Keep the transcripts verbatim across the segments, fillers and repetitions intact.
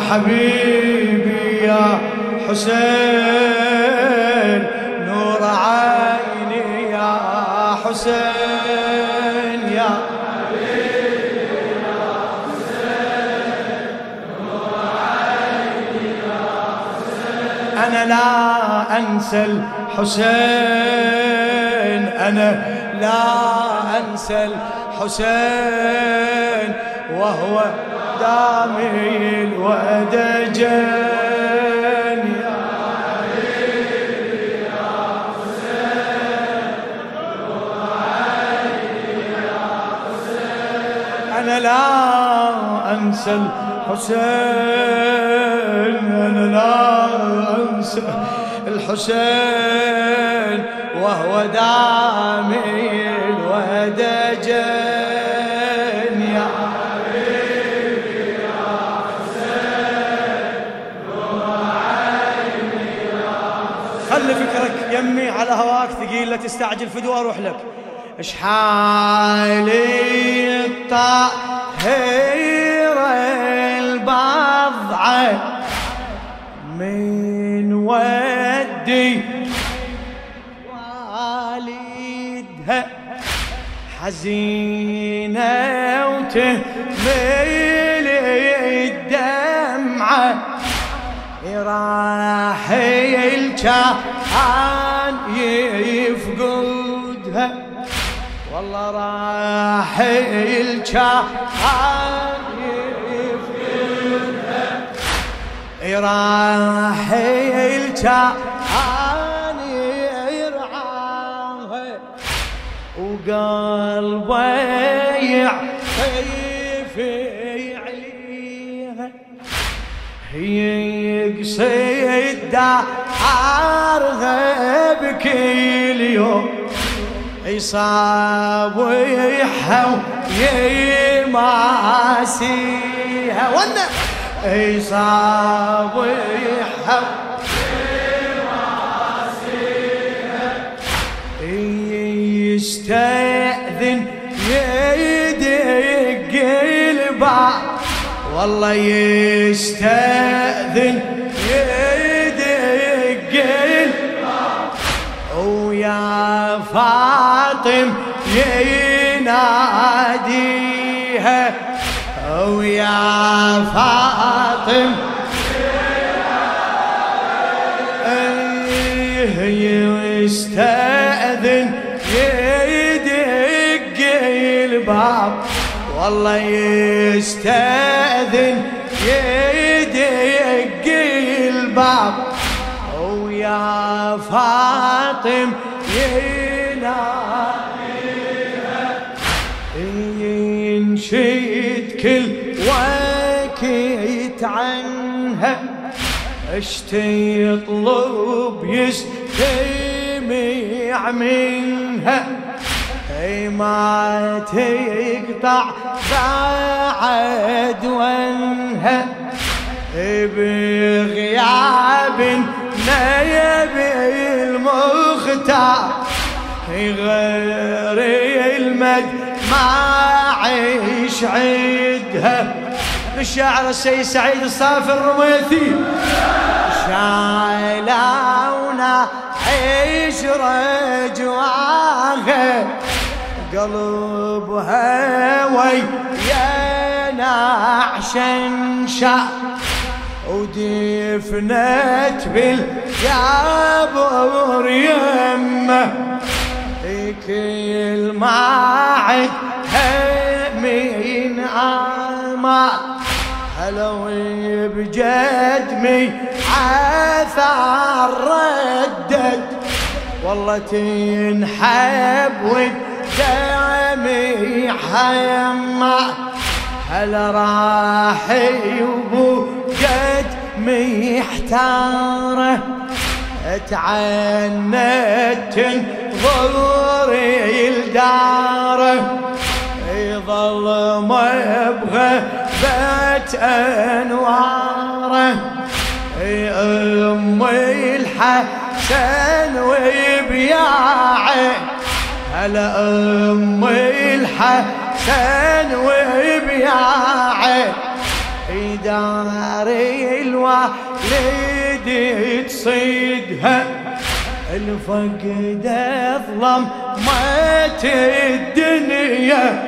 حبيبي يا حسين نور عيني يا حسين يا حبيبي يا حسين نور عيني يا حسين أنا لا أنسى الحسين أنا لا أنسى الحسين وهو دامي الودجان يا حبيبي يا حسين نور عيني يا حسين أنا لا أنسى الحسين أنا لا أنسى الحسين وهو دامي الودجان يا حبيبي يا حسين نور عيني يا حسين خلي فكرك يمي على هواك ثقيل لا تستعجل فدوى اروح لك اشحالي الطاهرة البضعة من ودي والدها حزينة وتهمل الدمعة راح الكان يفقدها والله راح الكان يفقدها راح الكان يرعاها وقلبه يعطف عليها يقصد دارها بكل يوم يصابحها ويماسيها وانا يصابحها يستأذن يدق الباب والله يستأذن يدق الباب ويا فاطم يناديها ويا فاطم يستأذن يدق الباب والله يستأذن يدق الباب ويا فاطم يناديها ينشد كل وقت عنها اشتي يطلب يستمع منها اي ما تقطع بعد ونها بغياب نيب المختار غير المد ما عيش عدها الشاعر السيد سعيد الصافي الرميثي شايلاونا عيش رجواها قلبها ويا نعشن شا ودفنت بالجابر يمه كل ما عدها من آمال هلو بجدمي عثار ردد والله تنحب ودمي حيما هل راح يبو قدمي احتاره اتعنت تنظري الداره يظل ما يبغى بيت انواره امي الحسن وبياعي هلا امي الحسن وبياعي داري يصيدها الفقد اظلم مات الدنيا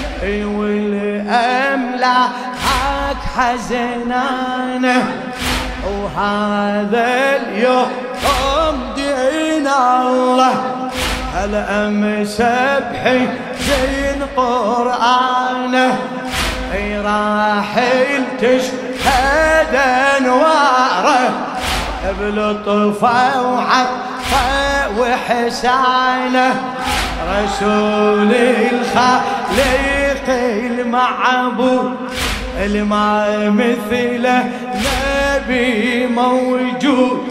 والاملاك حزنانه وهذا اليوم دين الله هل امسبحي زين قرانه راح تشهد انواره بلطفه وعطفه وحسانه رسول الخالق المعبود الما مثله نبي موجود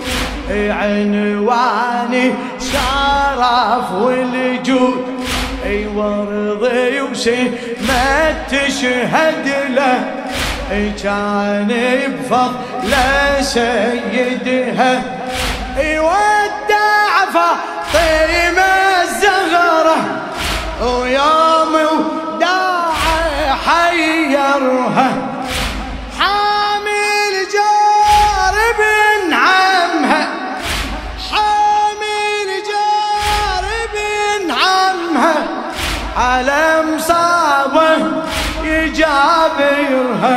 عنواني شرف والجود اي ورضي وسمة تشهد له كان بفضل سيدها يودع فاطمة الزهرة ويوم وداع حيرها حامل جارب عمها حامل جارب عمها على مصابه يجابرها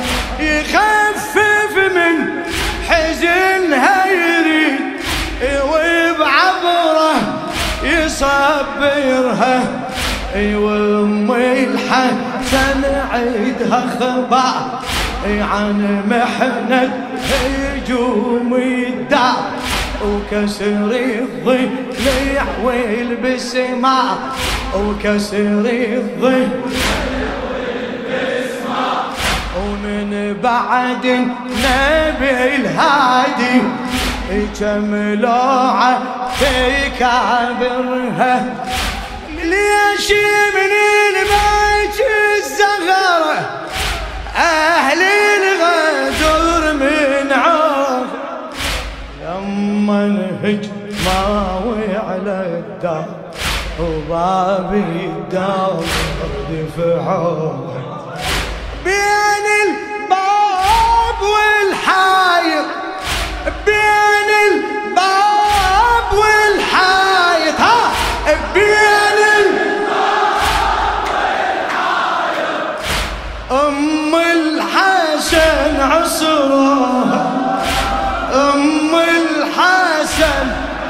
يخفف من حزنها يريد وبعبره يصبرها وام الحسن عيدها خبر عن محنة هجوم الدار وكسر الضلع والبسمة وكسر الضلع ومن بعد النبي الهادي كم لوعة في كابرها ليش من البيت الزهرة أهل الغدر من عار لما الهج ماوي على الدار وباب الدار دفعوها بين الباب والحايط بين الباب والحايط ها بين الباب والحايط أم الحسن عصرها أم الحسن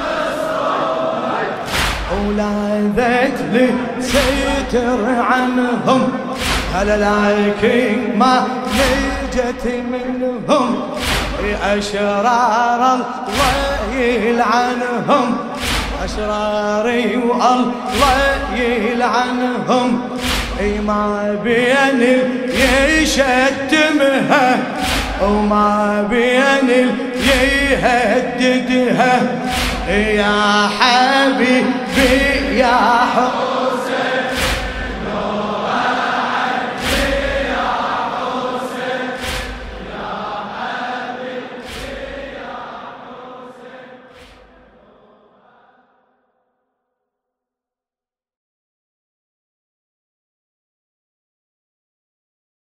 ولاذت لي ستر عنهم هلا لكن ما نجت منهم أشرار الله يلعنهم أشراري والله يلعنهم ما بين يشتمها وما بين يهددها يا حبيبي يا حب